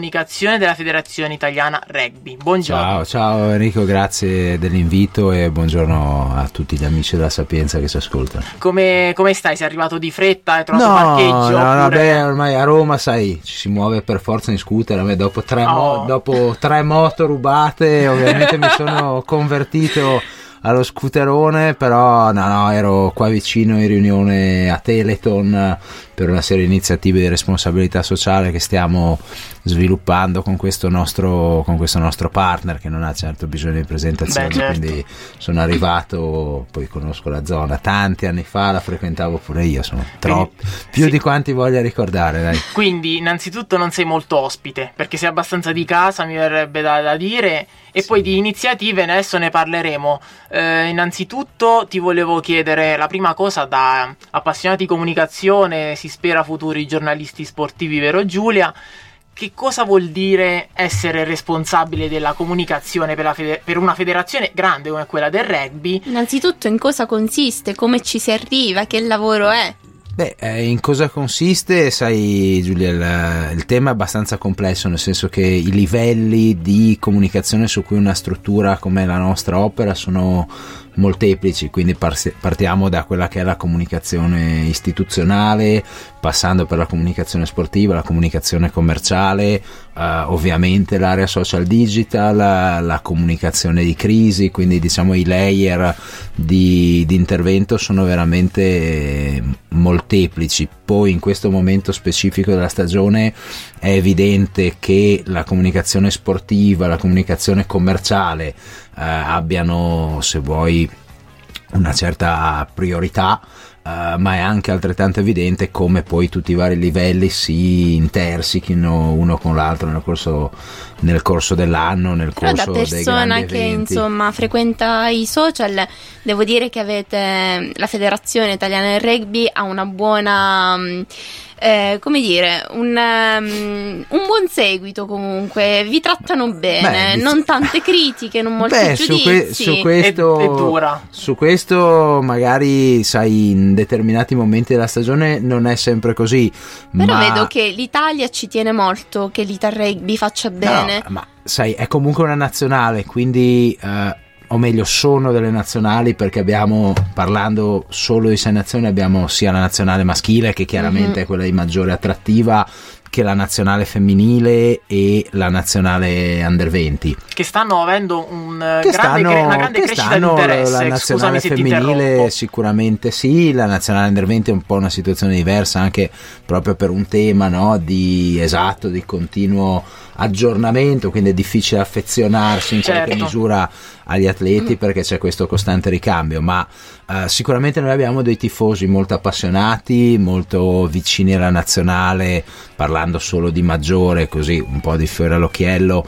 comunicazione della Federazione Italiana Rugby. Buongiorno. Ciao Enrico, grazie dell'invito e buongiorno a tutti gli amici della Sapienza che ci ascoltano. Come stai? Sei arrivato di fretta? Hai trovato parcheggio? No, beh, ormai a Roma, sai, ci si muove per forza in scooter. A me dopo tre moto rubate, ovviamente mi sono convertito allo scooterone, però no, ero qua vicino in riunione a Teleton per una serie di iniziative di responsabilità sociale che stiamo sviluppando con questo nostro partner, che non ha certo bisogno di presentazioni. Certo. Quindi sono arrivato, poi conosco la zona, tanti anni fa la frequentavo pure io, sono troppi, più di quanti voglia ricordare, dai. Quindi innanzitutto non sei molto ospite, perché sei abbastanza di casa, mi verrebbe da dire, e poi di iniziative adesso ne parleremo. Innanzitutto ti volevo chiedere la prima cosa, da appassionati di comunicazione, si spera futuri giornalisti sportivi, vero Giulia? Che cosa vuol dire essere responsabile della comunicazione per una federazione grande come quella del rugby? Innanzitutto, in cosa consiste, come ci si arriva, che lavoro è? Beh, in cosa consiste? Sai Giulia, il tema è abbastanza complesso, nel senso che i livelli di comunicazione su cui una struttura come la nostra opera sono molteplici, quindi partiamo da quella che è la comunicazione istituzionale, passando per la comunicazione sportiva, la comunicazione commerciale, ovviamente l'area social digital, la comunicazione di crisi, quindi diciamo i layer di intervento sono veramente molteplici. Poi in questo momento specifico della stagione è evidente che la comunicazione sportiva, la comunicazione commerciale abbiano, se vuoi, una certa priorità, ma è anche altrettanto evidente come poi tutti i vari livelli si intersichino uno con l'altro nel corso dell'anno, nel corso dei grandi eventi. Da persona che insomma frequenta i social, devo dire che avete la Federazione Italiana del Rugby ha una buona come dire, un buon seguito, comunque vi trattano bene. Non tante critiche, non molti giudizi. Su questo è dura. Su questo magari, sai, in determinati momenti della stagione non è sempre così, però vedo che l'Italia ci tiene molto che l'Ital Rugby faccia bene. No, ma sai, è comunque una nazionale, quindi o meglio sono delle nazionali, perché abbiamo, parlando solo di 6 nazioni, abbiamo sia la nazionale maschile, che chiaramente è quella di maggiore attrattiva, che la nazionale femminile e la nazionale under 20, che stanno avendo una grande crescita di interesse. La nazionale femminile sicuramente sì, la nazionale under 20 è un po' una situazione diversa, anche proprio per un tema, no, di continuo aggiornamento, quindi è difficile affezionarsi in qualche misura agli atleti, perché c'è questo costante ricambio, ma sicuramente noi abbiamo dei tifosi molto appassionati, molto vicini alla nazionale, parlando solo di maggiore, così un po' di fiore all'occhiello,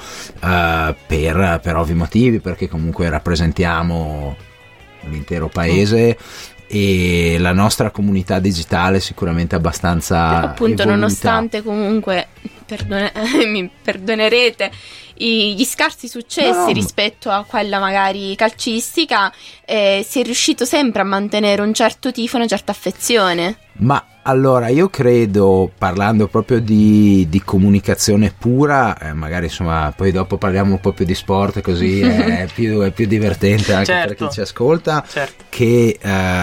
per ovvi motivi, perché comunque rappresentiamo l'intero paese e la nostra comunità digitale sicuramente abbastanza appunto evoluta. Nonostante comunque mi perdonerete gli scarsi successi rispetto a quella magari calcistica, si è riuscito sempre a mantenere un certo tifo, una certa affezione. Ma allora io credo, parlando proprio di comunicazione pura, magari insomma poi dopo parliamo un po' più di sport, così è più divertente anche per chi ci ascolta, che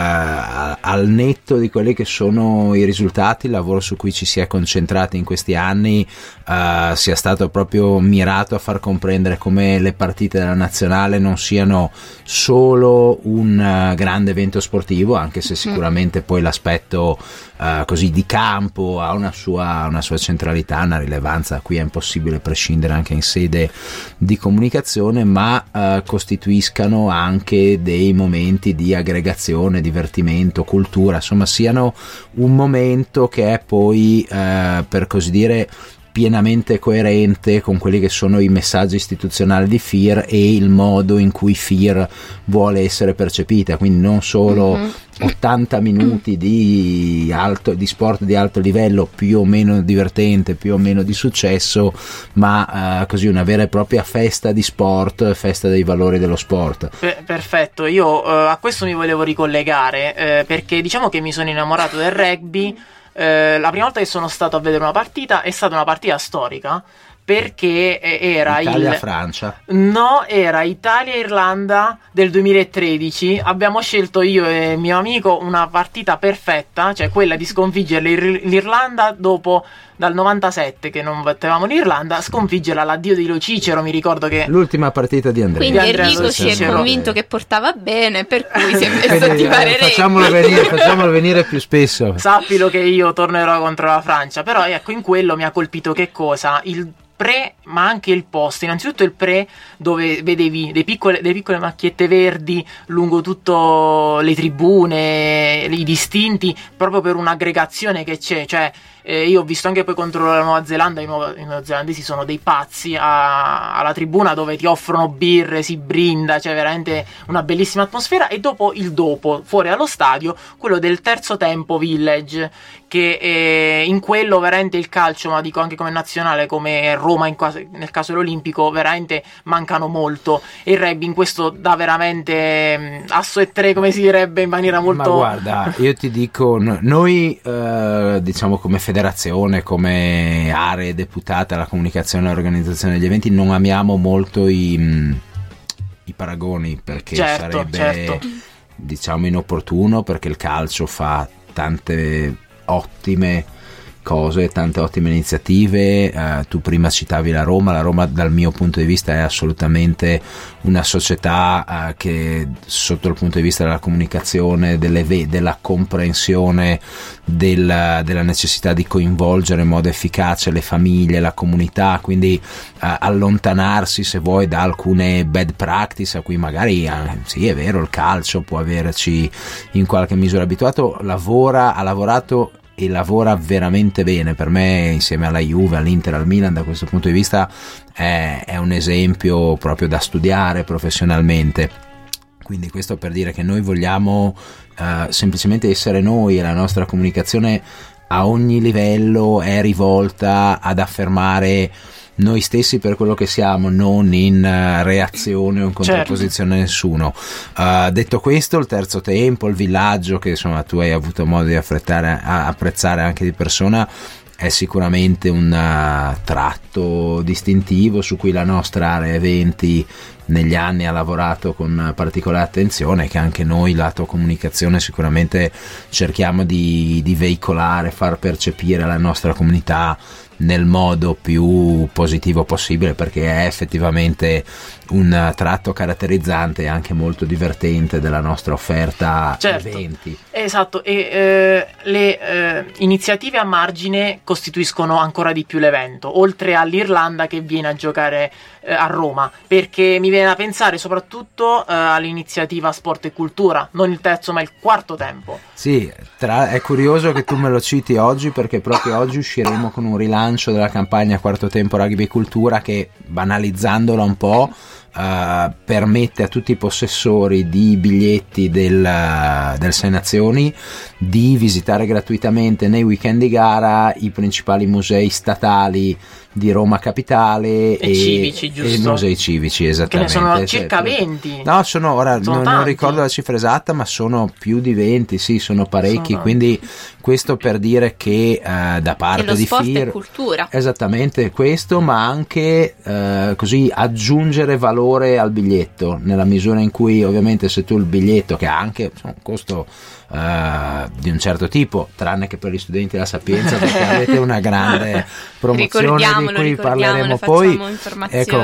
al netto di quelli che sono i risultati, il lavoro su cui ci si è concentrati in questi anni sia stato proprio mirato a far comprendere come le partite della nazionale non siano solo un grande evento sportivo, anche se sicuramente poi l'aspetto così di campo ha una sua centralità, una rilevanza a cui è impossibile prescindere anche in sede di comunicazione, ma costituiscano anche dei momenti di aggregazione, divertimento, cultura, insomma siano un momento che è poi per così dire pienamente coerente con quelli che sono i messaggi istituzionali di FIR e il modo in cui FIR vuole essere percepita, quindi non solo 80 minuti di sport di alto livello, più o meno divertente, più o meno di successo, ma così una vera e propria festa di sport, festa dei valori dello sport. Perfetto, io a questo mi volevo ricollegare, perché diciamo che mi sono innamorato del rugby. La prima volta che sono stato a vedere una partita è stata una partita storica, perché era Italia-Francia. No, era Italia-Irlanda del 2013. Abbiamo scelto io e il mio amico una partita perfetta, cioè quella di sconfiggere l'Irlanda dopo dal 97 che non battevamo l'Irlanda, sconfiggerla all'addio di Lo Cicero, mi ricordo che l'ultima partita di Andrea. Quindi Enrico si è convinto che portava bene, per cui si è messo a tifare facciamolo venire più spesso. Sappilo che io tornerò contro la Francia, però ecco, in quello mi ha colpito che cosa? Il pre, ma anche il post. Innanzitutto il pre, dove vedevi delle piccole macchiette verdi lungo tutto le tribune, i distinti, proprio per un'aggregazione che c'è, cioè io ho visto anche poi contro la Nuova Zelanda, i neozelandesi sono dei pazzi alla tribuna, dove ti offrono birre, si brinda, cioè veramente una bellissima atmosfera. E dopo il dopo, fuori allo stadio, quello del terzo tempo Village, che in quello veramente il calcio, ma dico anche come nazionale, come Roma nel caso dell'Olimpico, veramente mancano molto, e il rugby in questo dà veramente asso e tre, come si direbbe, in maniera molto... Ma guarda, io ti dico, noi diciamo come federazione, come aree deputate alla comunicazione e all'organizzazione degli eventi, non amiamo molto i paragoni, perché sarebbe diciamo inopportuno, perché il calcio fa tante ottime cose, tante ottime iniziative. Tu prima citavi la Roma dal mio punto di vista è assolutamente una società che sotto il punto di vista della comunicazione, della comprensione della necessità di coinvolgere in modo efficace le famiglie, la comunità, quindi allontanarsi, se vuoi, da alcune bad practice a cui magari sì, è vero, il calcio può averci in qualche misura abituato, ha lavorato e lavora veramente bene. Per me, insieme alla Juve, all'Inter, al Milan, da questo punto di vista è un esempio proprio da studiare professionalmente. Quindi questo per dire che noi vogliamo semplicemente essere noi, e la nostra comunicazione a ogni livello è rivolta ad affermare noi stessi per quello che siamo, non in reazione o in contrapposizione a nessuno. Detto questo, il terzo tempo, il villaggio, che insomma tu hai avuto modo di apprezzare anche di persona, è sicuramente un tratto distintivo su cui la nostra area eventi negli anni ha lavorato con particolare attenzione, che anche noi lato comunicazione sicuramente cerchiamo di veicolare, far percepire alla nostra comunità nel modo più positivo possibile, perché è effettivamente un tratto caratterizzante e anche molto divertente della nostra offerta eventi. Esatto, e le iniziative a margine costituiscono ancora di più l'evento, oltre all'Irlanda che viene a giocare a Roma, perché mi viene da pensare soprattutto all'iniziativa Sport e Cultura, non il terzo ma il quarto tempo. Sì, è curioso che tu me lo citi oggi, perché proprio oggi usciremo con un rilancio della campagna Quarto Tempo Rugby e Cultura che, banalizzandola un po', permette a tutti i possessori di biglietti del Sei Nazioni di visitare gratuitamente nei weekend di gara i principali musei statali di Roma Capitale e civici, giusto? E musei civici, esattamente. Che ne sono circa 20. No, non ricordo la cifra esatta, ma sono più di 20, sì, sono parecchi, quindi questo per dire che da parte di FIR, e cultura. Esattamente questo, ma anche così aggiungere valore al biglietto, nella misura in cui ovviamente se tu il biglietto, che ha anche un costo di un certo tipo, tranne che per gli studenti della Sapienza, perché avete una grande promozione di cui parleremo poi, ecco,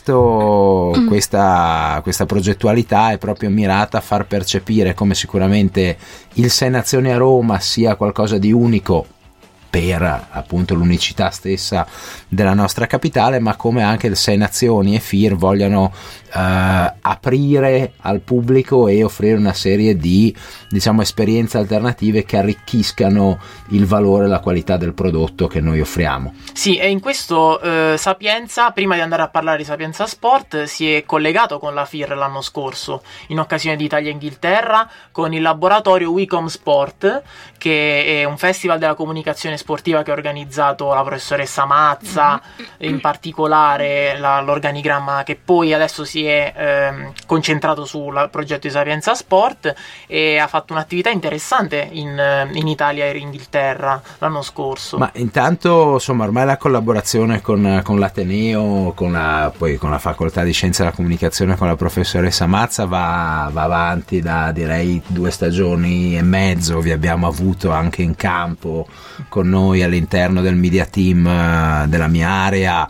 questa progettualità è proprio mirata a far percepire come sicuramente il Sei Nazioni a Roma sia qualcosa di unico per appunto l'unicità stessa della nostra capitale, ma come anche il Sei Nazioni e FIR vogliano aprire al pubblico e offrire una serie di, diciamo, esperienze alternative che arricchiscano il valore e la qualità del prodotto che noi offriamo. Sì, e in questo Sapienza, prima di andare a parlare di Sapienza Sport, si è collegato con la FIR l'anno scorso in occasione di Italia-Inghilterra con il laboratorio Wecom Sport, che è un festival della comunicazione sportiva che ha organizzato la professoressa Mazza, in particolare l'organigramma che poi adesso si è concentrato sul progetto di Sapienza Sport, e ha fatto un'attività interessante in Italia e in Inghilterra l'anno scorso. Ma intanto insomma ormai la collaborazione con l'Ateneo, poi con la facoltà di Scienze della Comunicazione, con la professoressa Mazza va avanti da direi 2 stagioni e mezzo. Vi abbiamo avuto anche in campo con noi all'interno del media team della mia area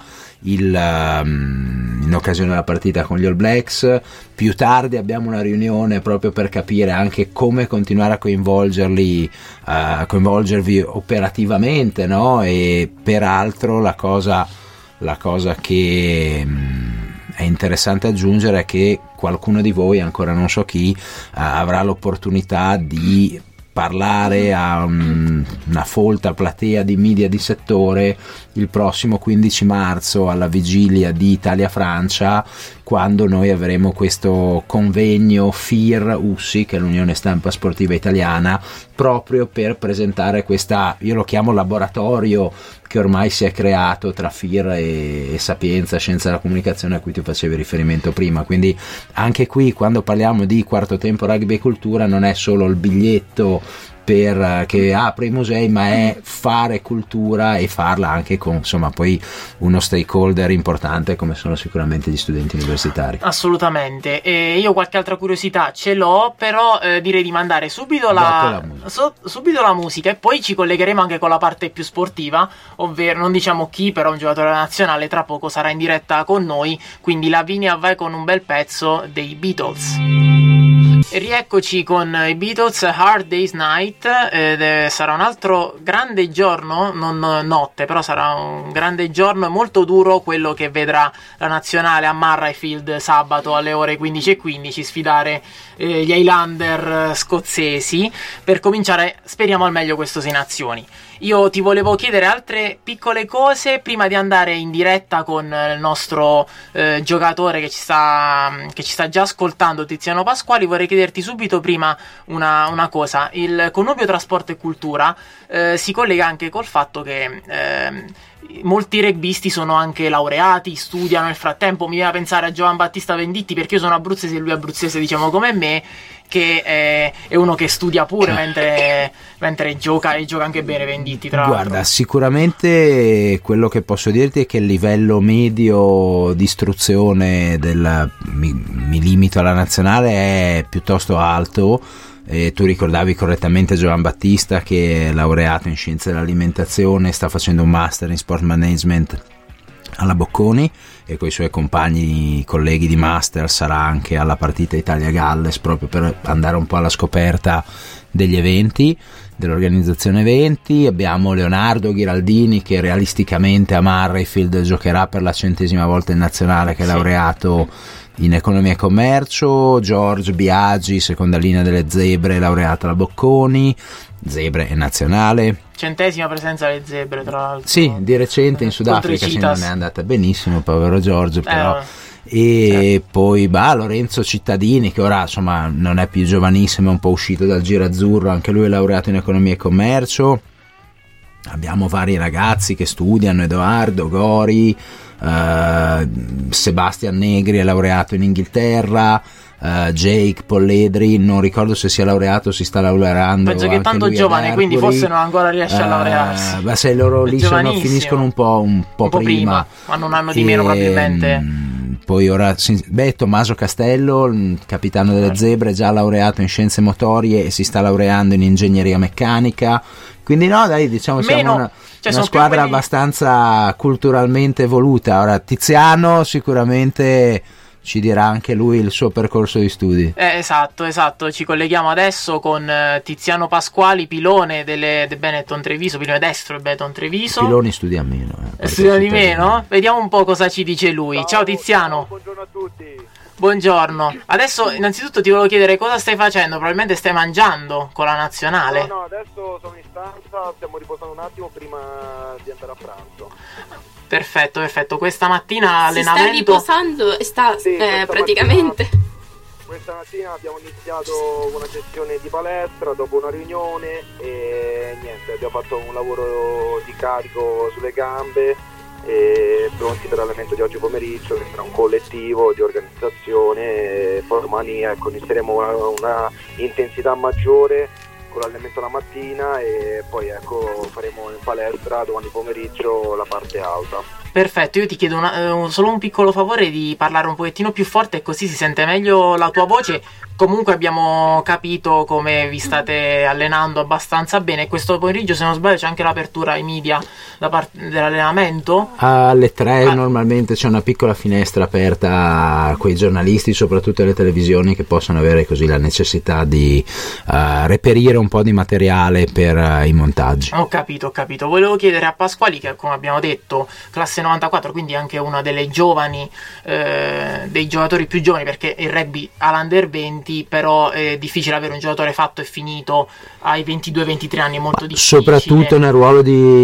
in occasione della partita con gli All Blacks. Più tardi abbiamo una riunione proprio per capire anche come continuare a coinvolgervi operativamente, no? E peraltro la cosa che è interessante aggiungere è che qualcuno di voi, ancora non so chi, avrà l'opportunità di parlare a una folta platea di media di settore il prossimo 15 marzo alla vigilia di Italia-Francia, quando noi avremo questo convegno FIR-USSI, che è l'Unione Stampa Sportiva Italiana, proprio per presentare questa, io lo chiamo laboratorio, che ormai si è creato tra FIR e Sapienza, Scienza della Comunicazione, a cui tu facevi riferimento prima. Quindi anche qui, quando parliamo di quarto tempo rugby e cultura, non è solo il biglietto che apre i musei, ma è fare cultura e farla anche con insomma poi uno stakeholder importante come sono sicuramente gli studenti universitari. Assolutamente. Io qualche altra curiosità ce l'ho, però direi di mandare subito la musica, e poi ci collegheremo anche con la parte più sportiva, ovvero non diciamo chi, però un giocatore nazionale tra poco sarà in diretta con noi, quindi Lavinia vai con un bel pezzo dei Beatles. Rieccoci con i Beatles, Hard Day's Night. Sarà un altro grande giorno, non notte, però sarà un grande giorno molto duro quello che vedrà la nazionale a Murrayfield sabato alle ore 15:15 sfidare gli Highlander scozzesi, per cominciare speriamo al meglio questo Sei Nazioni. Io ti volevo chiedere altre piccole cose prima di andare in diretta con il nostro giocatore che ci sta già ascoltando, Tiziano Pasquali. Vorrei chiederti subito prima una cosa. Il connubio tra sport e cultura si collega anche col fatto che molti rugbisti sono anche laureati, studiano nel frattempo. Mi viene a pensare a Giovan Battista Venditti, perché io sono abruzzese e lui è abruzzese, diciamo come me, che è uno che studia pure mentre gioca, e gioca anche bene Venditti, tra l'altro. Guarda, sicuramente quello che posso dirti è che il livello medio di istruzione mi limito alla nazionale è piuttosto alto. Tu ricordavi correttamente Giovan Battista, che è laureato in scienze dell'alimentazione, sta facendo un master in sport management alla Bocconi, e con i suoi colleghi di master sarà anche alla partita Italia-Galles, proprio per andare un po' alla scoperta degli eventi, dell'organizzazione eventi. Abbiamo Leonardo Ghiraldini, che realisticamente a Murrayfield giocherà per la 100ª volta in nazionale, che è laureato in economia e commercio. George Biagi, seconda linea delle Zebre, laureato alla Bocconi, Zebre e nazionale. 100ª presenza alle Zebre, tra l'altro. Sì, di recente in Sudafrica, sì, non è andata benissimo, povero George, però. Poi Lorenzo Cittadini, che ora insomma non è più giovanissimo, è un po' uscito dal giro azzurro, anche lui è laureato in economia e commercio. Abbiamo vari ragazzi che studiano, Edoardo Gori, Sebastian Negri è laureato in Inghilterra, Jake Polledri non ricordo se sia laureato o si sta laureando, penso che è tanto giovane, quindi forse non ancora riesce a laurearsi. Ma se loro lì finiscono un po' prima, hanno un anno di meno probabilmente. Poi ora Tommaso Castello, il capitano delle Zebre, già laureato in scienze motorie e si sta laureando in ingegneria meccanica. Quindi no, dai, diciamo siamo una squadra abbastanza culturalmente evoluta. Ora Tiziano sicuramente ci dirà anche lui il suo percorso di studi. Esatto, ci colleghiamo adesso con Tiziano Pasquali, pilone del Benetton Treviso, pilone destro del Benetton Treviso. Piloni studia meno. Studia di meno? Vediamo un po' cosa ci dice lui. Ciao Tiziano. Buongiorno a tutti. Buongiorno. Adesso innanzitutto ti volevo chiedere cosa stai facendo. Probabilmente stai mangiando con la nazionale. No, adesso sono in stanza, stiamo riposando un attimo prima di andare a pranzo. Perfetto. Questa mattina allenamento. Sta riposando e sta sì, praticamente. questa mattina abbiamo iniziato una sessione di palestra dopo una riunione e niente, abbiamo fatto un lavoro di carico sulle gambe e pronti per l'allenamento di oggi pomeriggio, che sarà un collettivo di organizzazione, e poi domani inizieremo una intensità maggiore con l'allenamento la mattina e poi faremo in palestra domani pomeriggio la parte alta. Perfetto, io ti chiedo solo un piccolo favore di parlare un pochettino più forte, così si sente meglio la tua voce. Comunque abbiamo capito come vi state allenando abbastanza bene. Questo pomeriggio, se non sbaglio, c'è anche l'apertura ai media da parte dell'allenamento. Alle 3 normalmente c'è una piccola finestra aperta a quei giornalisti, soprattutto alle televisioni, che possono avere così la necessità di reperire un po' di materiale per i montaggi. Ho capito. Volevo chiedere a Pasquali, che come abbiamo detto classe 94, quindi anche una delle giovani, dei giocatori più giovani, perché il rugby all'Under 20 però è difficile avere un giocatore fatto e finito ai 22-23 anni, è molto difficile. Soprattutto nel ruolo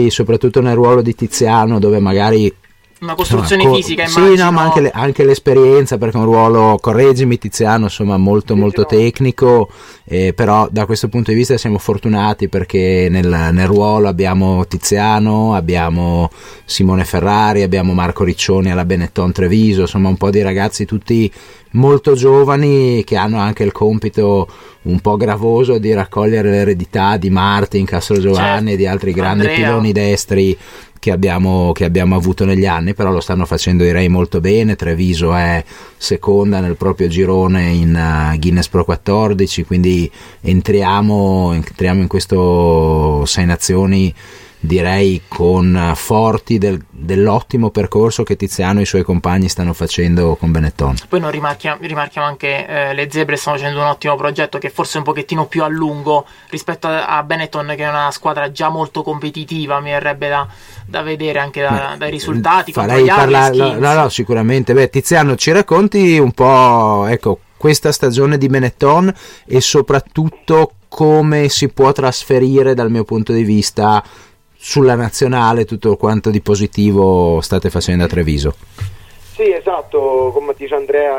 di Tiziano, dove magari una costruzione fisica, immagino. Sì, no, ma anche l'esperienza, perché è un ruolo, correggimi Tiziano, insomma molto tecnico, però da questo punto di vista siamo fortunati, perché nel ruolo abbiamo Tiziano, abbiamo Simone Ferrari, abbiamo Marco Riccioni alla Benetton Treviso, insomma un po' di ragazzi tutti molto giovani che hanno anche il compito un po' gravoso di raccogliere l'eredità di Martin, Castrogiovanni e di altri grandi piloni destri che abbiamo avuto negli anni, però lo stanno facendo direi molto bene. Treviso è seconda nel proprio girone in Guinness Pro 14, quindi entriamo in questo 6 nazioni direi con forti dell'ottimo percorso che Tiziano e i suoi compagni stanno facendo con Benetton. Poi non rimarchiamo anche le Zebre stanno facendo un ottimo progetto che forse è un pochettino più a lungo rispetto a Benetton, che è una squadra già molto competitiva, mi verrebbe da vedere anche dai risultati. Farei parlare, no, sicuramente. Tiziano, ci racconti un po', questa stagione di Benetton e soprattutto come si può trasferire dal mio punto di vista sulla nazionale tutto quanto di positivo state facendo a Treviso. Sì, esatto, come dice Andrea,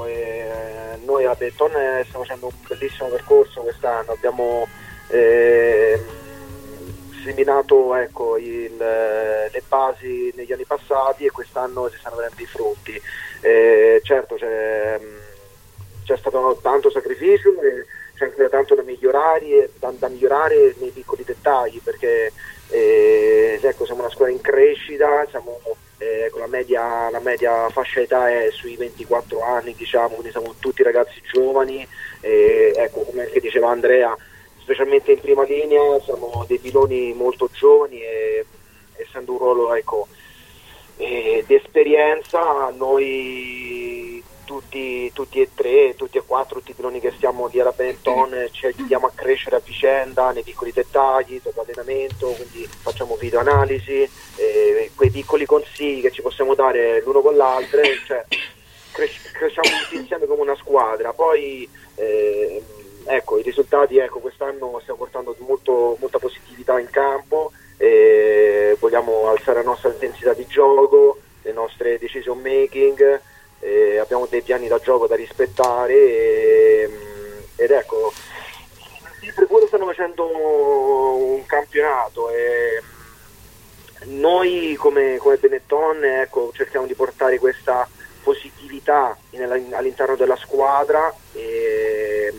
noi a Benetton stiamo facendo un bellissimo percorso quest'anno, abbiamo seminato le basi negli anni passati e quest'anno si stanno vedendo i frutti. Certo c'è stato tanto sacrificio, c'è ancora tanto da migliorare nei piccoli dettagli, perché siamo una squadra in crescita, la media fascia età è sui 24 anni, diciamo, quindi siamo tutti ragazzi giovani, come anche diceva Andrea, specialmente in prima linea siamo dei piloni molto giovani e essendo un ruolo di esperienza, noi tutti e quattro, tutti i piloni che stiamo lì alla Benetton ci aiutiamo a crescere a vicenda nei piccoli dettagli dopo allenamento, quindi facciamo video analisi, quei piccoli consigli che ci possiamo dare l'uno con l'altro, cioè cresciamo tutti insieme come una squadra. Poi i risultati, quest'anno stiamo portando molta positività in campo, vogliamo alzare la nostra intensità di gioco, le nostre decision making, abbiamo dei piani da gioco da rispettare ed sempre pure stanno facendo un campionato e noi come Benetton cerchiamo di portare questa positività all'interno della squadra e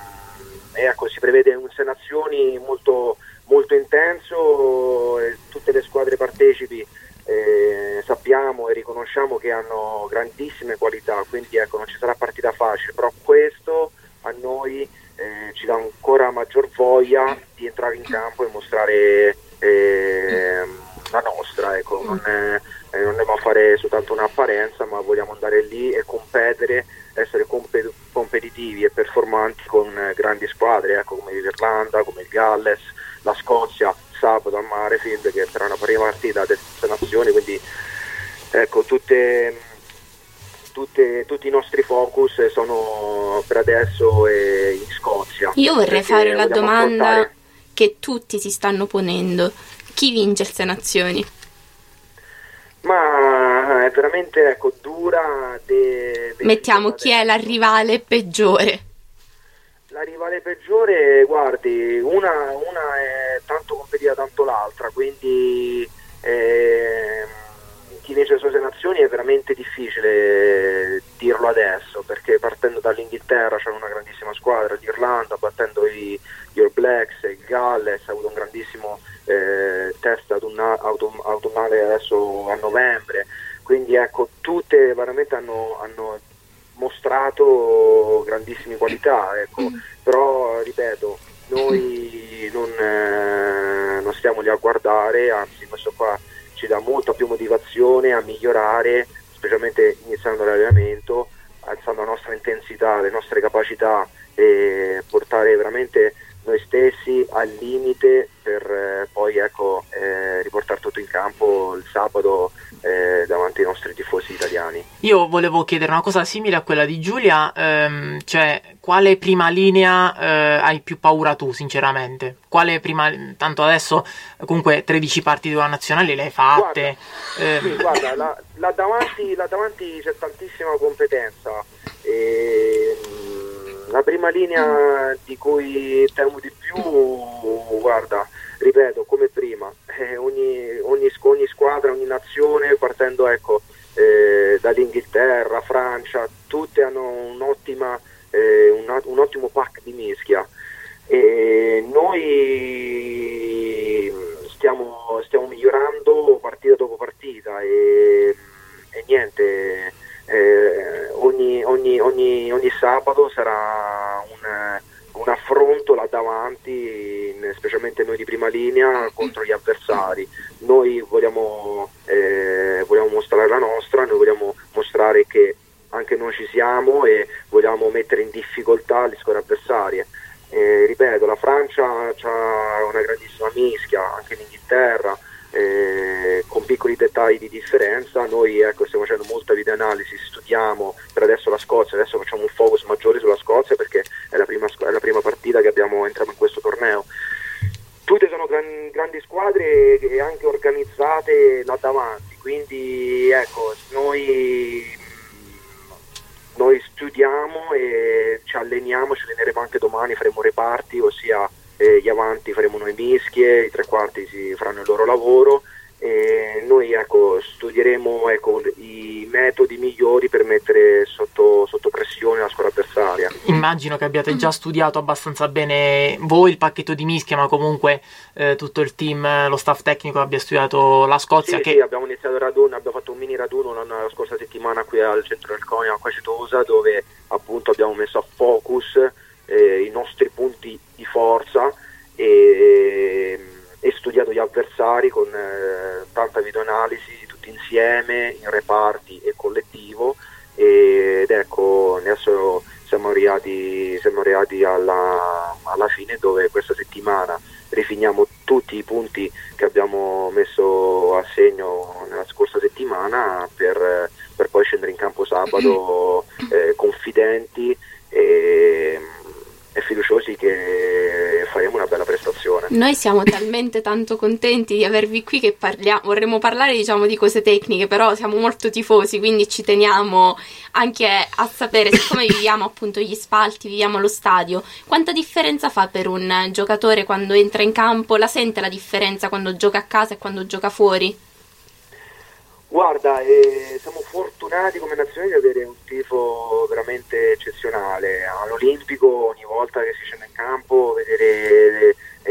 si prevede un 6 nazioni molto, molto intenso, tutte le squadre partecipi sappiamo e riconosciamo che hanno grandissime qualità, quindi non ci sarà partita facile, però questo a noi ci dà ancora maggior voglia di entrare in campo e mostrare la nostra, non andiamo a fare soltanto un'apparenza, ma vogliamo andare lì e competere, essere competitivi e performanti con grandi squadre, come l'Irlanda, come il Galles, la Scozia sabato a Marefield, che sarà una prima partita delle nazioni, quindi tutti i nostri focus sono per adesso in Scozia. Io vorrei fare la domanda che tutti si stanno ponendo: chi vince il 6 nazioni? Ma è veramente, ecco, dura. Mettiamo chi è la rivale peggiore. La rivale peggiore, guardi, una è tanto competitiva tanto l'altra, quindi chi vince le sue nazioni è veramente difficile dirlo adesso, perché partendo dall'Inghilterra c'è una grandissima squadra, l'Irlanda battendo gli All Blacks, il Galles ha avuto un grandissimo test autunnale adesso a novembre, quindi ecco, tutte veramente hanno mostrato grandissime qualità, ecco. Però ripeto, noi non stiamo lì a guardare, anzi questo qua ci dà molta più motivazione a migliorare, specialmente iniziando l'allenamento, alzando la nostra intensità, le nostre capacità e portare veramente noi stessi al limite per poi ecco, riportare tutto in campo il sabato davanti ai nostri tifosi italiani. Io volevo chiedere una cosa simile a quella di Giulia, cioè quale prima linea hai più paura tu sinceramente? Quale prima, tanto adesso comunque 13 partite della nazionale le hai fatte. Guarda, là davanti c'è tantissima competenza. La prima linea di cui temo di più, guarda, ripeto, come prima, ogni squadra, ogni nazione, partendo ecco, dall'Inghilterra, Francia, tutte hanno un ottimo pack di mischia. E noi stiamo migliorando partita dopo partita e niente. Ogni sabato sarà un affronto là davanti, specialmente noi di prima linea, contro gli avversari. Noi vogliamo mostrare la nostra, noi vogliamo mostrare che anche noi ci siamo e vogliamo mettere in difficoltà le squadre avversarie. Ripeto, la Francia ha una grandissima mischia, anche l'Inghilterra, con piccoli dettagli di differenza. Noi ecco, stiamo facendo molta videoanalisi, studiamo per adesso la Scozia, adesso facciamo un focus maggiore sulla Scozia perché è la prima partita che entriamo in questo torneo. Tutte sono grandi squadre e anche organizzate là davanti, quindi ecco, noi studiamo e ci alleneremo anche domani, faremo reparti, ossia gli avanti faremo noi mischie, i tre quarti si faranno il loro lavoro e noi ecco, studieremo ecco, i metodi migliori per mettere sotto pressione la squadra avversaria. Immagino che abbiate già studiato abbastanza bene voi il pacchetto di mischia, ma comunque tutto il team, lo staff tecnico abbia studiato la Scozia. Sì, abbiamo iniziato il raduno, abbiamo fatto un mini raduno la scorsa settimana qui al centro del Conia, a Quacetosa, dove appunto abbiamo messo a focus i nostri punti di forza e studiato gli avversari con tanta videoanalisi tutti insieme in reparti e collettivo ed ecco adesso siamo arrivati alla fine, dove questa settimana rifiniamo tutti i punti che abbiamo messo a segno nella scorsa settimana per poi scendere in campo sabato confidenti e fiduciosi che faremo una bella prestazione. Noi siamo talmente tanto contenti di avervi qui che vorremmo parlare diciamo di cose tecniche, però siamo molto tifosi, quindi ci teniamo anche a sapere, siccome viviamo appunto gli spalti, viviamo lo stadio, quanta differenza fa per un giocatore quando entra in campo? La sente la differenza quando gioca a casa e quando gioca fuori? Guarda, siamo fortunati come nazione di avere un tifo veramente eccezionale. All'Olimpico ogni volta che si scende in campo vedere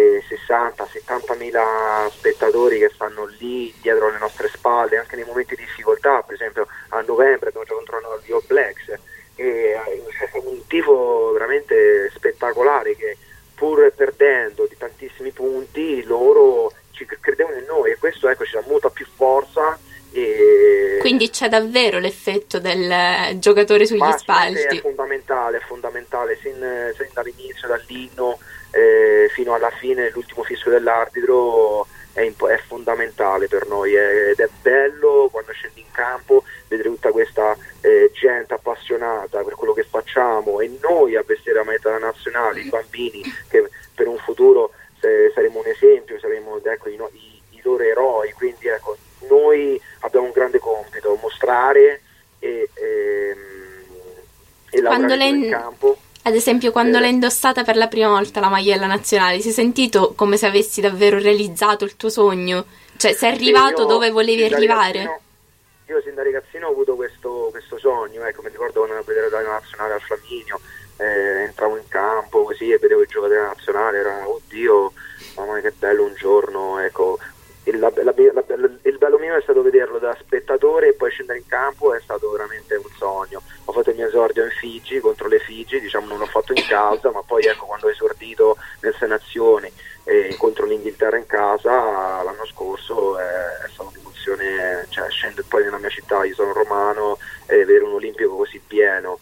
60-70 mila spettatori che stanno lì dietro le nostre spalle, anche nei momenti di difficoltà, per esempio a novembre abbiamo giocato contro gli All Blacks e c'è un tifo veramente spettacolare che pur perdendo di tantissimi punti loro ci credevano in noi e questo ecco ci dà molta più forza. Quindi c'è davvero l'effetto del giocatore sugli spalti. È fondamentale sin dall'inizio, dall'inno fino alla fine, l'ultimo fischio dell'arbitro è fondamentale per noi ed è bello quando scendi in campo vedere tutta questa gente appassionata per quello che facciamo e noi a vestire la maglia nazionale, i bambini che per un futuro saremo un esempio, saremo ecco, i loro eroi, quindi ecco noi abbiamo un grande compito, mostrare e lavorare in campo. Ad esempio, quando l'hai indossata per la prima volta la maglia nazionale, si è sentito come se avessi davvero realizzato il tuo sogno? Cioè, sei arrivato dove volevi arrivare? Io sin da ragazzino ho avuto questo sogno, ecco, mi ricordo quando andavo a vedere la nazionale al Flaminio, entravo in campo così e vedevo il giocatore nazionale, era oddio, mamma mia che bello un giorno, ecco. Il bello mio è stato vederlo da spettatore e poi scendere in campo, è stato veramente un sogno. Ho fatto il mio esordio in Figi, contro le Figi, diciamo non l'ho fatto in casa, ma poi ecco, quando ho esordito nel Sei Nazioni contro l'Inghilterra in casa l'anno scorso, è stata un'emozione, cioè scendere poi nella mia città, io sono romano, vedere un olimpico così pieno,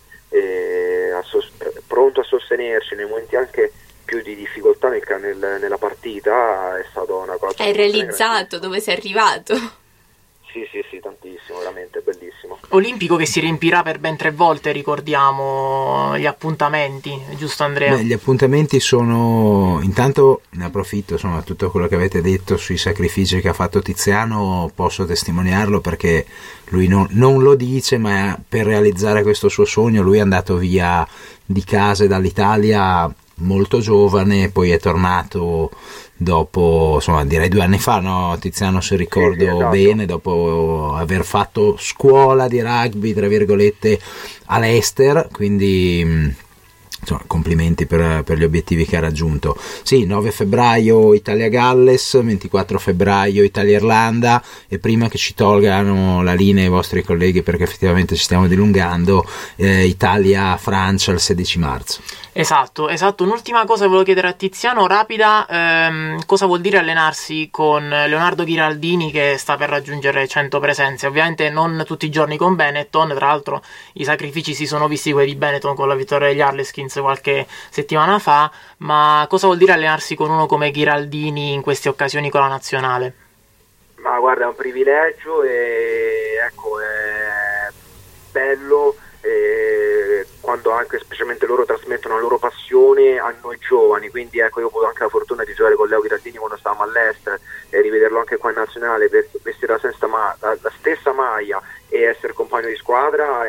pronto a sostenerci nei momenti anche più di difficoltà nella partita, è stata una cosa. Hai realizzato dove sei arrivato? Sì, tantissimo, veramente bellissimo. Olimpico che si riempirà per ben 3 volte, ricordiamo gli appuntamenti, giusto Andrea? Gli appuntamenti sono, intanto ne approfitto, insomma, tutto quello che avete detto sui sacrifici che ha fatto Tiziano posso testimoniarlo, perché lui non lo dice, ma per realizzare questo suo sogno lui è andato via di casa e dall'Italia molto giovane, poi è tornato dopo, insomma, direi 2 anni fa, no Tiziano, se ricordo esatto. Bene, dopo aver fatto scuola di rugby tra virgolette all'Ester, quindi insomma, complimenti per gli obiettivi che ha raggiunto. Sì, 9 febbraio Italia-Galles, 24 febbraio Italia-Irlanda, e prima che ci tolgano la linea i vostri colleghi, perché effettivamente ci stiamo dilungando, Italia-Francia il 16 marzo. Esatto. Un'ultima cosa volevo chiedere a Tiziano, rapida, cosa vuol dire allenarsi con Leonardo Ghiraldini, che sta per raggiungere 100 presenze? Ovviamente non tutti i giorni con Benetton, tra l'altro i sacrifici si sono visti quelli di Benetton con la vittoria degli Harlequins qualche settimana fa, ma cosa vuol dire allenarsi con uno come Ghiraldini in queste occasioni con la nazionale? Ma guarda, è un privilegio e ecco, è bello quando anche specialmente loro trasmettono la loro passione a noi giovani, quindi ecco, io ho avuto anche la fortuna di giocare con Leo Ghiraldini quando stavamo all'estero e rivederlo anche qua in nazionale, per vestire la stessa maglia e essere compagno di squadra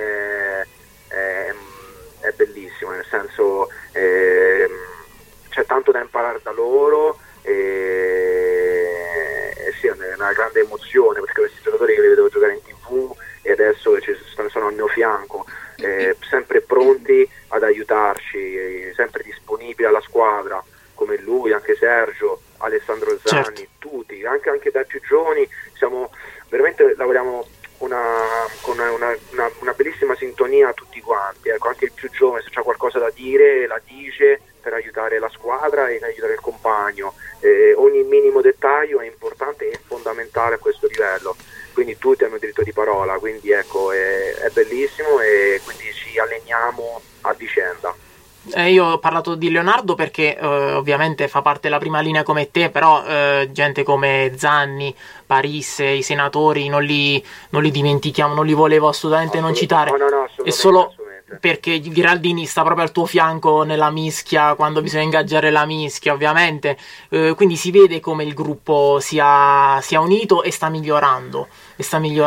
è bellissimo, nel senso c'è tanto da imparare da loro e sì, è una grande emozione, perché questi giocatori che li vedevo giocare in TV e adesso sono al mio fianco, sempre pronti ad aiutarci, sempre disponibili alla squadra, come lui, anche Sergio, Alessandro Zanni, certo. Tutti, anche dai più giovani, siamo veramente, lavoriamo con una bellissima sintonia tutti quanti, ecco, anche il più giovane se c'ha qualcosa da dire la dice per aiutare la squadra e aiutare il compagno, ogni minimo dettaglio è importante e fondamentale a questo livello, quindi tutti hanno diritto di parola, quindi ecco, è bellissimo e quindi ci alleniamo a vicenda. Io ho parlato di Leonardo perché ovviamente fa parte della prima linea come te, però gente come Zanni, Paris, i senatori non li dimentichiamo, non li volevo assolutamente non citare. No, è solo perché Ghiraldini sta proprio al tuo fianco nella mischia quando bisogna ingaggiare la mischia, ovviamente, quindi si vede come il gruppo sia unito e sta migliorando. Sì.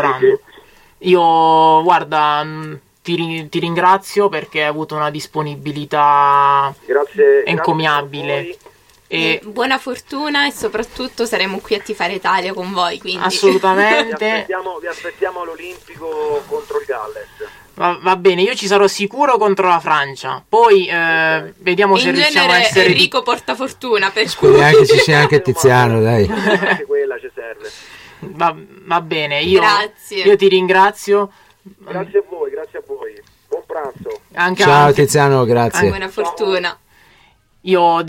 Io guarda, ti ringrazio perché hai avuto una disponibilità encomiabile. E buona fortuna e soprattutto saremo qui a tifare Italia con voi, quindi. Assolutamente. Vi aspettiamo all'Olimpico contro il Galles. Va bene, io ci sarò sicuro contro la Francia. Poi vediamo se riusciamo a essere. Enrico porta fortuna, per cui anche ci sia anche Tiziano, dai. Anche quella ci serve. Va bene, Grazie. Io ti ringrazio. Grazie a voi. Buon pranzo. Ciao Tiziano, grazie. Buona fortuna. Io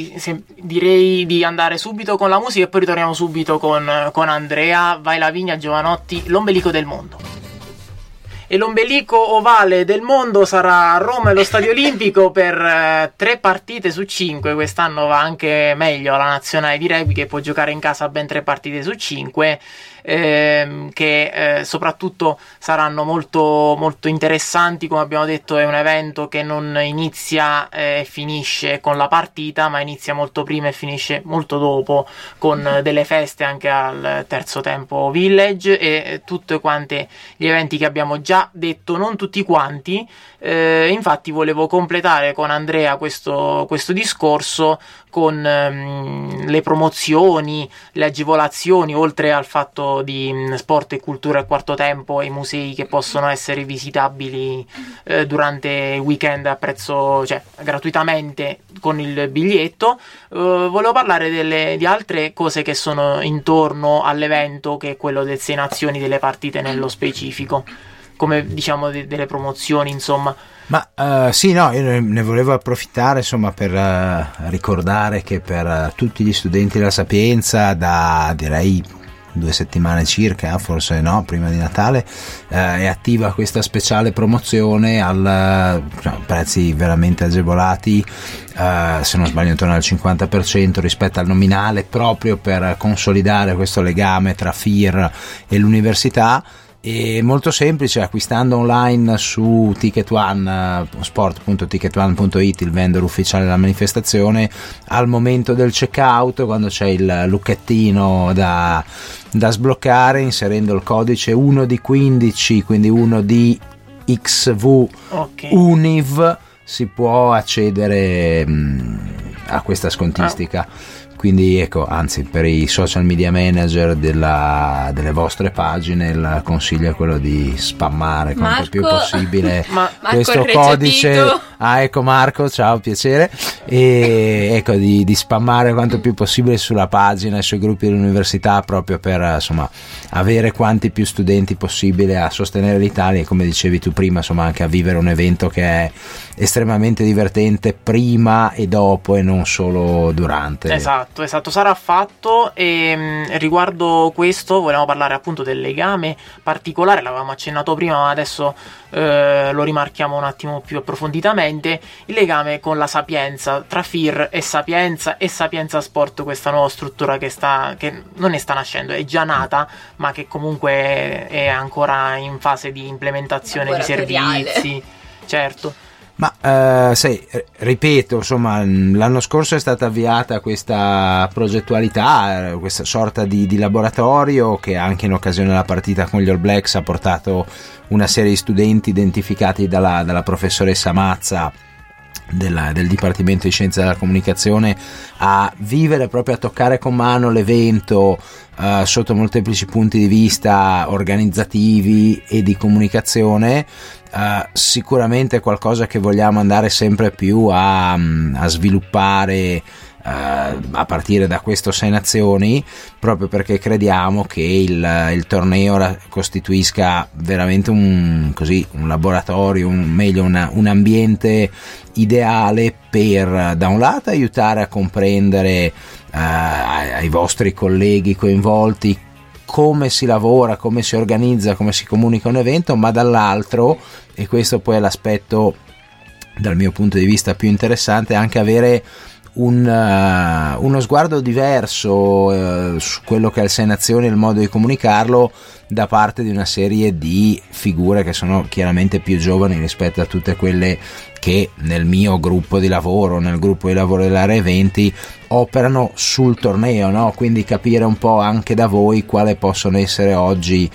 direi di andare subito con la musica e poi ritorniamo subito con Andrea. Vai Lavinia, Giovanotti, l'ombelico del mondo. E l'ombelico ovale del mondo sarà a Roma e lo Stadio Olimpico per 3 partite su 5. Quest'anno va anche meglio la nazionale di rugby, che può giocare in casa ben 3 partite su 5. che soprattutto saranno molto, molto interessanti. Come abbiamo detto, è un evento che non inizia e finisce con la partita, ma inizia molto prima e finisce molto dopo, con delle feste anche al Terzo Tempo Village e tutte quante gli eventi che abbiamo già detto, non tutti quanti. Infatti volevo completare con Andrea questo discorso con le promozioni, le agevolazioni, oltre al fatto di sport e cultura e quarto tempo e i musei che possono essere visitabili durante il weekend a prezzo, cioè gratuitamente con il biglietto. Volevo parlare di altre cose che sono intorno all'evento, che è quello del Sei Nazioni, delle partite nello specifico, come diciamo delle promozioni, insomma. Ma sì, no, io ne volevo approfittare, insomma, per ricordare che per tutti gli studenti della Sapienza, da direi 2 settimane circa, forse no, prima di Natale, è attiva questa speciale promozione prezzi veramente agevolati, se non sbaglio intorno al 50% rispetto al nominale, proprio per consolidare questo legame tra FIR e l'università. È molto semplice: acquistando online su Ticket One, sport.ticketone.it, il vendor ufficiale della manifestazione, al momento del checkout, quando c'è il lucchettino da sbloccare, inserendo il codice 1 di 15, quindi 1 di XV UNIV, si può accedere a questa scontistica. Quindi ecco, anzi, per i social media manager delle vostre pagine il consiglio è quello di spammare quanto più possibile questo codice. Ecco Marco, ciao, piacere. E ecco, di spammare quanto più possibile sulla pagina e sui gruppi dell'università, proprio per insomma avere quanti più studenti possibile a sostenere l'Italia e, come dicevi tu prima, insomma anche a vivere un evento che è estremamente divertente prima e dopo e non solo durante. Esatto, sarà fatto. E riguardo questo vogliamo parlare appunto del legame particolare, l'avevamo accennato prima ma adesso lo rimarchiamo un attimo più approfonditamente: il legame con la Sapienza, tra FIR e Sapienza Sport, questa nuova struttura che non sta nascendo, è già nata, ma che comunque è ancora in fase di implementazione di servizi. Certo. Ma ripeto, insomma, l'anno scorso è stata avviata questa progettualità, questa sorta di laboratorio che anche in occasione della partita con gli All Blacks ha portato una serie di studenti identificati dalla professoressa Mazza del Dipartimento di Scienze della Comunicazione a vivere, proprio a toccare con mano l'evento sotto molteplici punti di vista organizzativi e di comunicazione. Sicuramente qualcosa che vogliamo andare sempre più a sviluppare a partire da questo Sei Nazioni, proprio perché crediamo che il torneo costituisca veramente un laboratorio, un ambiente ideale per, da un lato, aiutare a comprendere ai vostri colleghi coinvolti come si lavora, come si organizza, come si comunica un evento, ma dall'altro, e questo poi è l'aspetto dal mio punto di vista più interessante, anche avere uno sguardo diverso su quello che è il Sei Nazioni e il modo di comunicarlo da parte di una serie di figure che sono chiaramente più giovani rispetto a tutte quelle che nel mio gruppo di lavoro, nel gruppo di lavoro dell'area eventi, operano sul torneo, no? Quindi capire un po' anche da voi quale possono essere oggi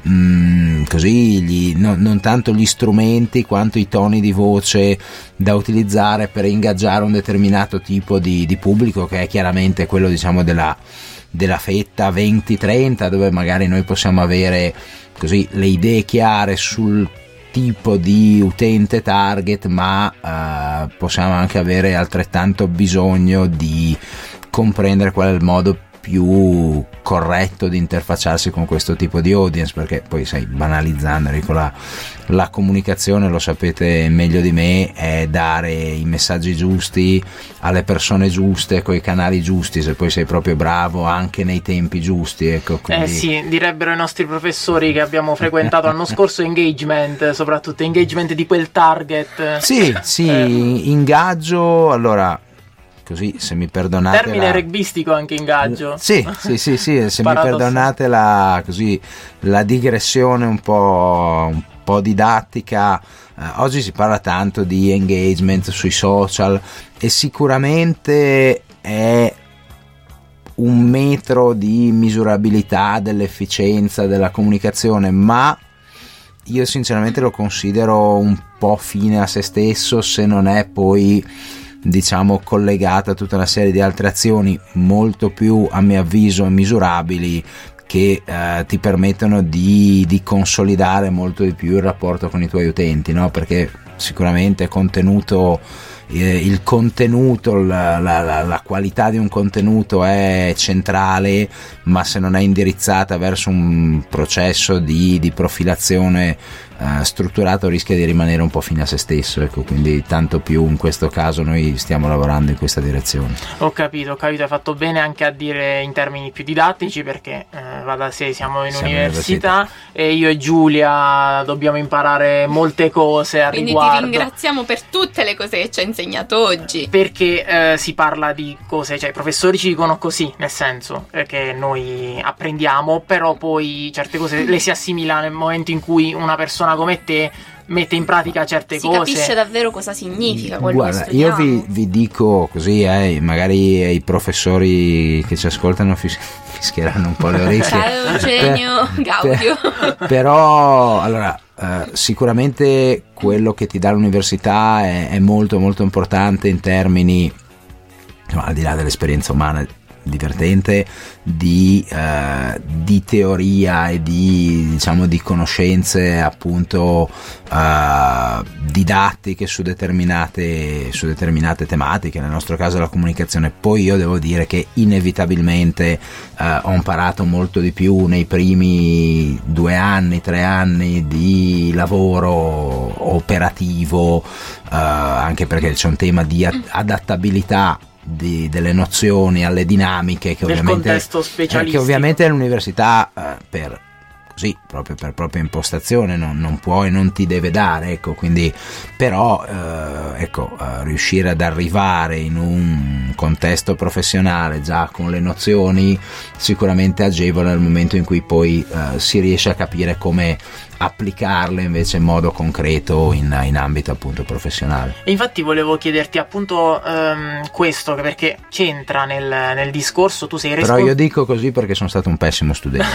non tanto gli strumenti quanto i toni di voce da utilizzare per ingaggiare un determinato tipo di pubblico, che è chiaramente quello, diciamo, della fetta 20-30, dove magari noi possiamo avere le idee chiare sul tipo di utente target, ma possiamo anche avere altrettanto bisogno di comprendere qual è il modo più corretto di interfacciarsi con questo tipo di audience, perché poi, banalizzando, la comunicazione, lo sapete meglio di me, è dare i messaggi giusti alle persone giuste coi canali giusti, se poi sei proprio bravo anche nei tempi giusti, ecco. Quindi... sì, direbbero i nostri professori che abbiamo frequentato l'anno scorso, engagement, soprattutto engagement di quel target. Sì, ingaggio. Allora, così, se mi perdonate, termine rugbyistico anche ingaggio. Sì, se mi perdonate la digressione un po' didattica. Oggi si parla tanto di engagement sui social e sicuramente è un metro di misurabilità dell'efficienza della comunicazione, ma io sinceramente lo considero un po' fine a se stesso, se non è poi, diciamo, collegato a tutta una serie di altre azioni molto più, a mio avviso, misurabili, che ti permettono di consolidare molto di più il rapporto con i tuoi utenti, no? Perché sicuramente il contenuto, la qualità di un contenuto è centrale, ma se non è indirizzata verso un processo di profilazione strutturato rischia di rimanere un po' fine a se stesso, ecco, quindi tanto più in questo caso noi stiamo lavorando in questa direzione. Ho capito, hai fatto bene anche a dire in termini più didattici, perché va da sé, siamo in università e io e Giulia dobbiamo imparare molte cose a riguardo. Quindi ti ringraziamo per tutte le cose che ci hai insegnato oggi, perché si parla di cose, cioè i professori ci dicono così, nel senso che noi apprendiamo, però poi certe cose le si assimila nel momento in cui una persona come te mette in pratica certe cose. Si capisce davvero cosa significa quello che Io studiamo. vi dico così, magari i professori che ci ascoltano fischieranno un po' le orecchie. Ciao Eugenio Gaudio. Però allora sicuramente quello che ti dà l'università è molto molto importante in termini, al di là dell'esperienza umana divertente, di teoria e di conoscenze appunto didattiche su determinate tematiche, nel nostro caso la comunicazione. Poi io devo dire che inevitabilmente ho imparato molto di più nei primi 2 anni, 3 anni di lavoro operativo, anche perché c'è un tema di adattabilità delle nozioni alle dinamiche che ovviamente l'università proprio per propria impostazione non può e non ti deve dare, ecco. Quindi però riuscire ad arrivare in un contesto professionale già con le nozioni sicuramente agevola nel momento in cui poi si riesce a capire come applicarle invece in modo concreto in ambito appunto professionale. E infatti volevo chiederti appunto questo, perché c'entra nel discorso. Tu sei Però io dico così perché sono stato un pessimo studente.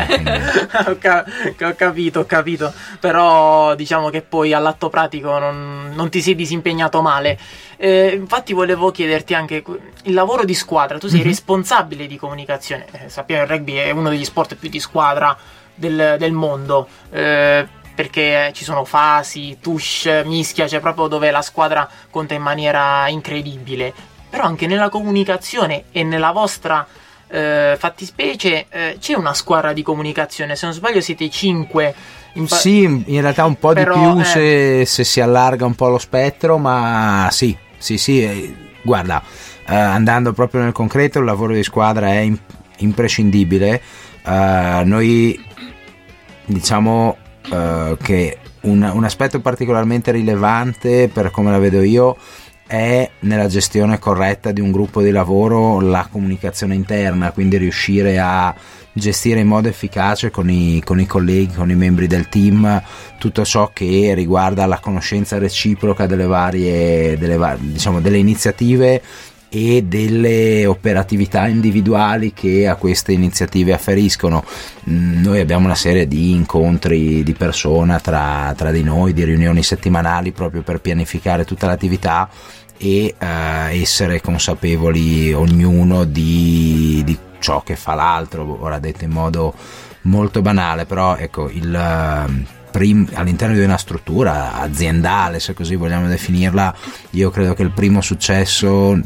Ho capito, però diciamo che poi all'atto pratico non ti sei disimpegnato male. Infatti volevo chiederti anche il lavoro di squadra. Tu sei responsabile di comunicazione, sappiamo il rugby è uno degli sport più di squadra del mondo, perché ci sono fasi, touche, mischia, cioè proprio dove la squadra conta in maniera incredibile. Però anche nella comunicazione e nella vostra fattispecie c'è una squadra di comunicazione, se non sbaglio siete 5. Sì, in realtà un po' però, di più se si allarga un po' lo spettro, ma sì, guarda, andando proprio nel concreto, il lavoro di squadra è imprescindibile. Noi diciamo che un aspetto particolarmente rilevante, per come la vedo io, è nella gestione corretta di un gruppo di lavoro la comunicazione interna, quindi riuscire a gestire in modo efficace con i colleghi, con i membri del team, tutto ciò che riguarda la conoscenza reciproca delle iniziative e delle operatività individuali che a queste iniziative afferiscono. Noi abbiamo una serie di incontri di persona tra di noi, di riunioni settimanali proprio per pianificare tutta l'attività e essere consapevoli ognuno di ciò che fa l'altro. Ora detto in modo molto banale, però ecco, all'interno di una struttura aziendale, se così vogliamo definirla, io credo che il primo successo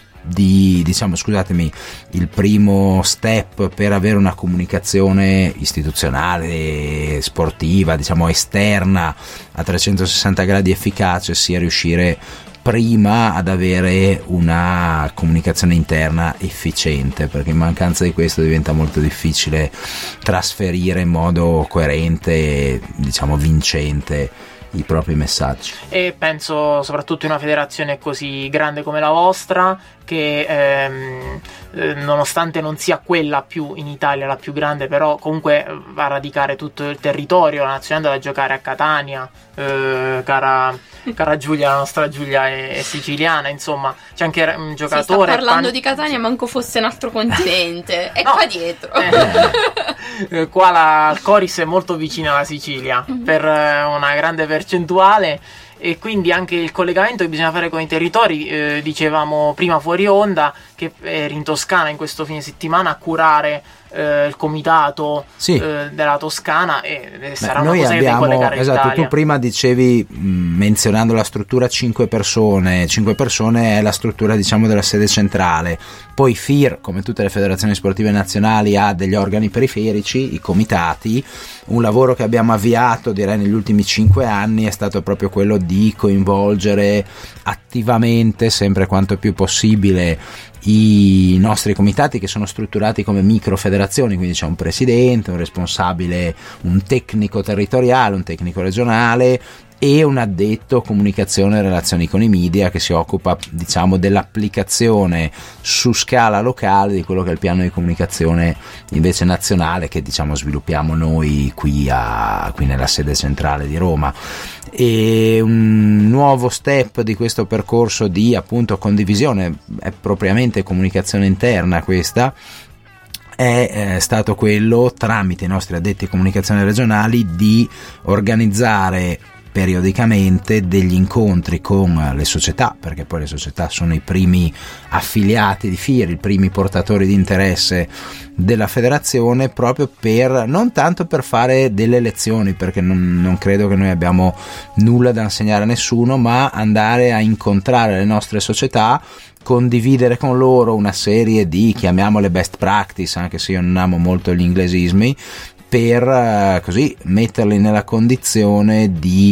il primo step per avere una comunicazione istituzionale, sportiva, esterna a 360 gradi efficace sia riuscire prima ad avere una comunicazione interna efficiente, perché in mancanza di questo diventa molto difficile trasferire in modo coerente e vincente i propri messaggi. E penso soprattutto in una federazione così grande come la vostra che nonostante non sia quella più in Italia la più grande, però comunque va a radicare tutto il territorio. La nazionale andava a giocare a Catania, cara Giulia, la nostra Giulia è siciliana, insomma c'è anche un giocatore. Sta parlando di Catania, manco fosse un altro continente, è no, qua dietro. Qua la Coris è molto vicina alla Sicilia per una grande percentuale, e quindi anche il collegamento che bisogna fare con i territori. Dicevamo prima fuori onda che eri in Toscana in questo fine settimana a curare il comitato della Toscana, e sarà una cosa che deve collegare esatto, l'Italia. Tu prima dicevi, menzionando la struttura 5 persone è la struttura, diciamo, della sede centrale. Poi FIR, come tutte le federazioni sportive nazionali, ha degli organi periferici, i comitati. Un lavoro che abbiamo avviato, direi, negli ultimi 5 anni è stato proprio quello di coinvolgere attivamente, sempre quanto più possibile, i nostri comitati, che sono strutturati come micro federazioni, quindi c'è un presidente, un responsabile, un tecnico territoriale, un tecnico regionale e un addetto comunicazione e relazioni con i media che si occupa, diciamo, dell'applicazione su scala locale di quello che è il piano di comunicazione invece nazionale, che, diciamo, sviluppiamo noi qui nella sede centrale di Roma. E un nuovo step di questo percorso di, appunto, condivisione, è propriamente comunicazione interna questa, è stato quello, tramite i nostri addetti comunicazione regionali, di organizzare periodicamente degli incontri con le società, perché poi le società sono i primi affiliati di FIR, i primi portatori di interesse della federazione, proprio per, non tanto per fare delle lezioni, perché non credo che noi abbiamo nulla da insegnare a nessuno, ma andare a incontrare le nostre società, condividere con loro una serie di, chiamiamole best practice, anche se io non amo molto gli inglesismi, per così metterli nella condizione di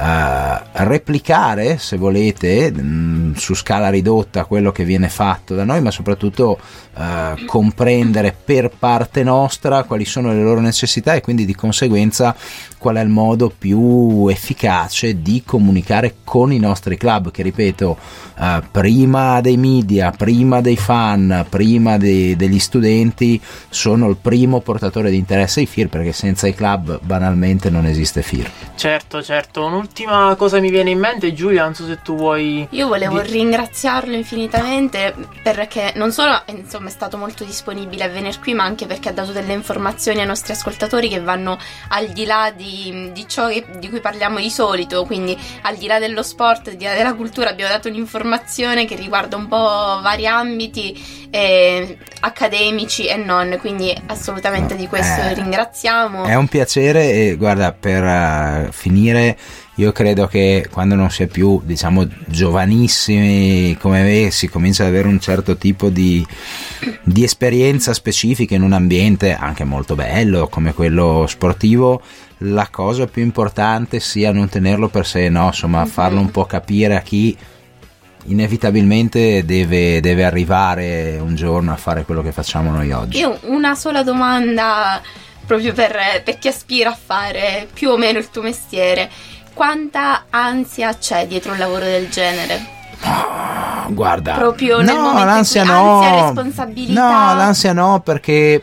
replicare, se volete, su scala ridotta quello che viene fatto da noi, ma soprattutto comprendere per parte nostra quali sono le loro necessità e quindi di conseguenza qual è il modo più efficace di comunicare con i nostri club, che, ripeto, prima dei media, prima dei fan, prima degli studenti, sono il primo portatore di interesse di FIR, perché senza i club banalmente non esiste FIR. Certo. Un'ultima cosa mi viene in mente, Giulia, non so se tu vuoi. Io volevo ringraziarlo infinitamente, perché non solo, insomma, è stato molto disponibile a venire qui, ma anche perché ha dato delle informazioni ai nostri ascoltatori che vanno al di là di ciò di cui parliamo di solito, quindi al di là dello sport, al di là della cultura. Abbiamo dato un'informazione che riguarda un po' vari ambiti accademici e non, quindi assolutamente di questo ringraziamo. È un piacere, e guarda, per finire, io credo che quando non si è più, diciamo, giovanissimi come me, si comincia ad avere un certo tipo di esperienza specifica in un ambiente anche molto bello come quello sportivo. La cosa più importante sia non tenerlo per sé, no? Insomma, farlo un po' capire a chi inevitabilmente deve arrivare un giorno a fare quello che facciamo noi oggi. Io una sola domanda, proprio per chi aspira a fare più o meno il tuo mestiere: quanta ansia c'è dietro un lavoro del genere? Guarda, proprio nel momento l'ansia in cui ansia, responsabilità. No, l'ansia no, perché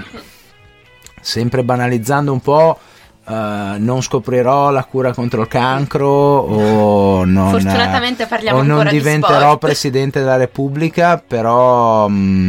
sempre banalizzando un po', non scoprirò la cura contro il cancro, o non, fortunatamente parliamo o non ancora diventerò di sport. presidente della Repubblica, però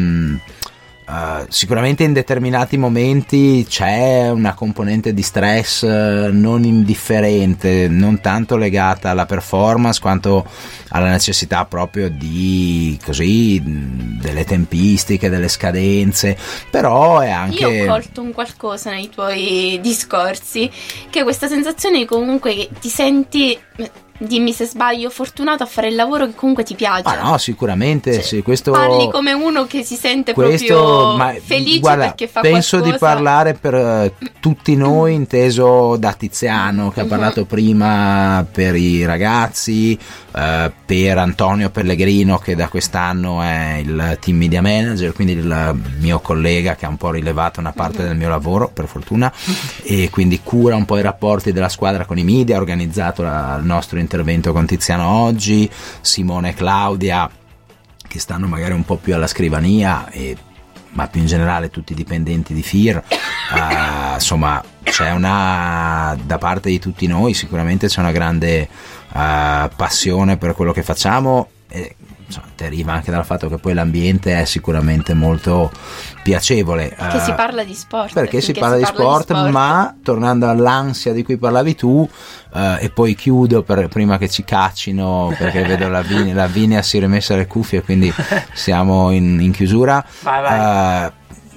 sicuramente in determinati momenti c'è una componente di stress non indifferente, non tanto legata alla performance quanto alla necessità proprio di, così, delle tempistiche, delle scadenze. Però è anche, io ho colto un qualcosa nei tuoi discorsi, che è questa sensazione comunque che ti senti, dimmi se sbaglio, fortunato a fare il lavoro che comunque ti piace. Ah no, sicuramente, cioè, sì, questo, parli come uno che si sente proprio felice, guarda, perché fa penso qualcosa. Di parlare per tutti noi, inteso da Tiziano, che ha parlato prima, per i ragazzi, per Antonio Pellegrino, che da quest'anno è il team media manager, quindi il mio collega che ha un po' rilevato una parte del mio lavoro, per fortuna, e quindi cura un po' i rapporti della squadra con i media, ha organizzato il nostro intervento con Tiziano oggi, Simone e Claudia, che stanno magari un po' più alla scrivania, ma più in generale tutti i dipendenti di FIR, insomma c'è da parte di tutti noi sicuramente c'è una grande passione per quello che facciamo, e deriva anche dal fatto che poi l'ambiente è sicuramente molto piacevole, che si parla di sport, perché si parla di sport, ma tornando all'ansia di cui parlavi tu, e poi chiudo prima che ci caccino, perché vedo Lavinia si è rimessa le cuffie, quindi siamo in chiusura. Vai.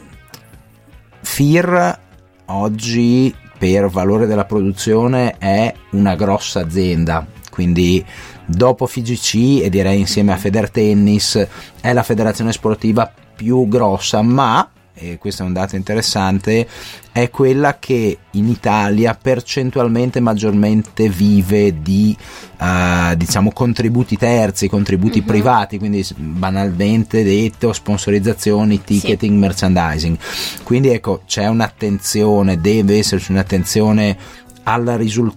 FIR oggi per valore della produzione è una grossa azienda, quindi dopo FIGC e direi insieme a Federtennis è la federazione sportiva più grossa, ma, e questo è un dato interessante, è quella che in Italia percentualmente maggiormente vive di diciamo contributi terzi, contributi privati, quindi banalmente detto sponsorizzazioni, ticketing, merchandising. Quindi ecco, c'è un'attenzione, deve esserci un'attenzione al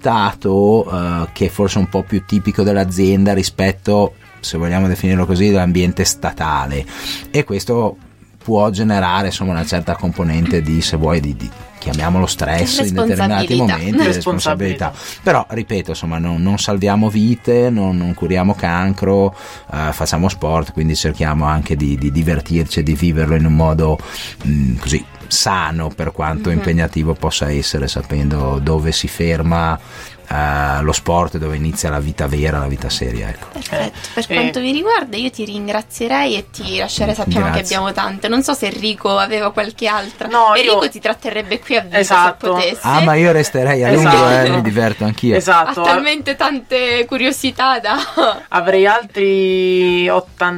risultato che è forse un po' più tipico dell'azienda rispetto, se vogliamo definirlo così, dell'ambiente statale, e questo può generare insomma una certa componente di, se vuoi, di chiamiamolo stress in determinati momenti, responsabilità. Però ripeto, insomma, non salviamo vite, non curiamo cancro, facciamo sport, quindi cerchiamo anche di divertirci e di viverlo in un modo così sano, per quanto impegnativo possa essere, sapendo dove si ferma lo sport e dove inizia la vita vera, la vita seria, ecco. Perfetto. Per quanto mi riguarda, io ti ringrazierei e ti lascerei, sappiamo che abbiamo tante, non so se Enrico aveva qualche altra. No, Enrico ti tratterrebbe qui a vita, esatto, se potesse. Ma io resterei a lungo, mi diverto anch'io. Esatto. Ha talmente tante curiosità avrei altri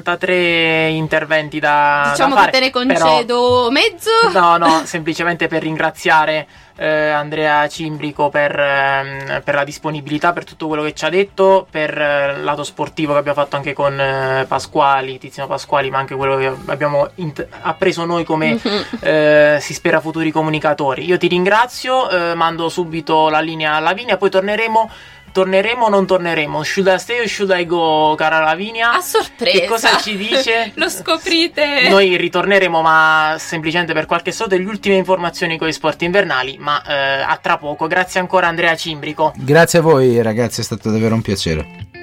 83 interventi da diciamo fare, che te ne concedo mezzo. No, semplicemente per ringraziare Andrea Cimbrico per la disponibilità, per tutto quello che ci ha detto, per il lato sportivo che abbiamo fatto anche con Tiziano Pasquali, ma anche quello che abbiamo appreso noi come si spera futuri comunicatori. Io ti ringrazio, mando subito la linea a Lavinia, poi torneremo o non torneremo? Should I stay o should I go, cara Lavinia? A sorpresa. Che cosa ci dice? Lo scoprite. Noi ritorneremo, ma semplicemente per qualche salto, le ultime informazioni con gli sport invernali, ma a tra poco. Grazie ancora Andrea Cimbrico. Grazie a voi ragazzi, è stato davvero un piacere.